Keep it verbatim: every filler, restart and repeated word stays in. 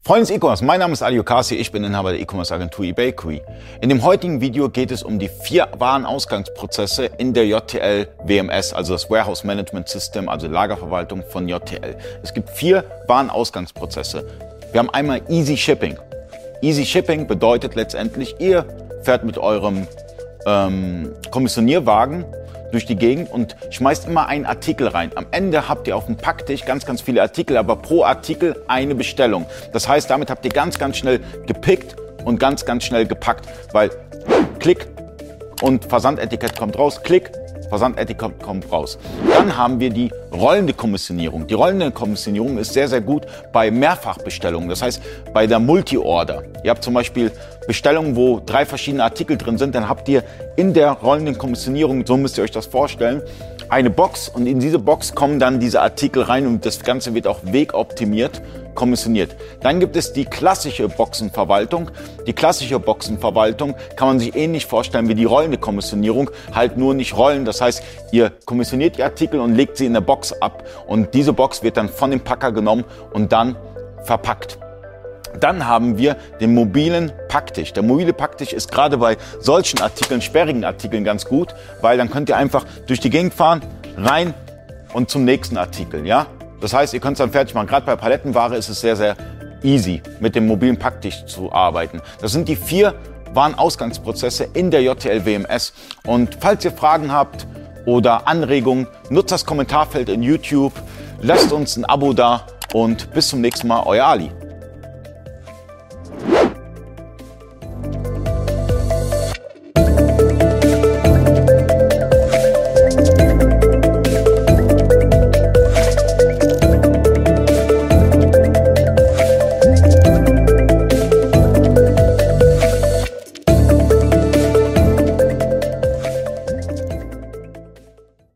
Freunde des E-Commerce, mein Name ist Ali Okasi, ich bin Inhaber der E-Commerce-Agentur eBakery. In dem heutigen Video geht es um die vier Warenausgangsprozesse in der J T L W M S, also das Warehouse Management System, also Lagerverwaltung von J T L. Es gibt vier Warenausgangsprozesse. Wir haben einmal Easy Shipping. Easy Shipping bedeutet letztendlich, ihr fährt mit eurem ähm, Kommissionierwagen durch die Gegend und schmeißt immer einen Artikel rein. Am Ende habt ihr auf dem Packtisch ganz, ganz viele Artikel, aber pro Artikel eine Bestellung. Das heißt, damit habt ihr ganz, ganz schnell gepickt und ganz, ganz schnell gepackt, weil Klick und Versandetikett kommt raus, Klick, Versandetikett kommt raus. Dann haben wir die rollende Kommissionierung. Die rollende Kommissionierung ist sehr, sehr gut bei Mehrfachbestellungen. Das heißt, bei der Multi-Order. Ihr habt zum Beispiel Bestellungen, wo drei verschiedene Artikel drin sind, dann habt ihr in der rollenden Kommissionierung, so müsst ihr euch das vorstellen, eine Box und in diese Box kommen dann diese Artikel rein und das Ganze wird auch wegoptimiert kommissioniert. Dann gibt es die klassische Boxenverwaltung. Die klassische Boxenverwaltung kann man sich ähnlich vorstellen wie die rollende Kommissionierung, halt nur nicht rollen. Das heißt, ihr kommissioniert die Artikel und legt sie in der Box ab und diese Box wird dann von dem Packer genommen und dann verpackt. Dann haben wir den mobilen Packtisch. Der mobile Packtisch ist gerade bei solchen Artikeln, sperrigen Artikeln ganz gut, weil dann könnt ihr einfach durch die Gegend fahren, rein und zum nächsten Artikel, ja? Das heißt, ihr könnt es dann fertig machen. Gerade bei Palettenware ist es sehr, sehr easy, mit dem mobilen Packtisch zu arbeiten. Das sind die vier Warenausgangsprozesse in der J T L W M S. Und falls ihr Fragen habt oder Anregungen, nutzt das Kommentarfeld in YouTube, lasst uns ein Abo da und bis zum nächsten Mal, euer Ali.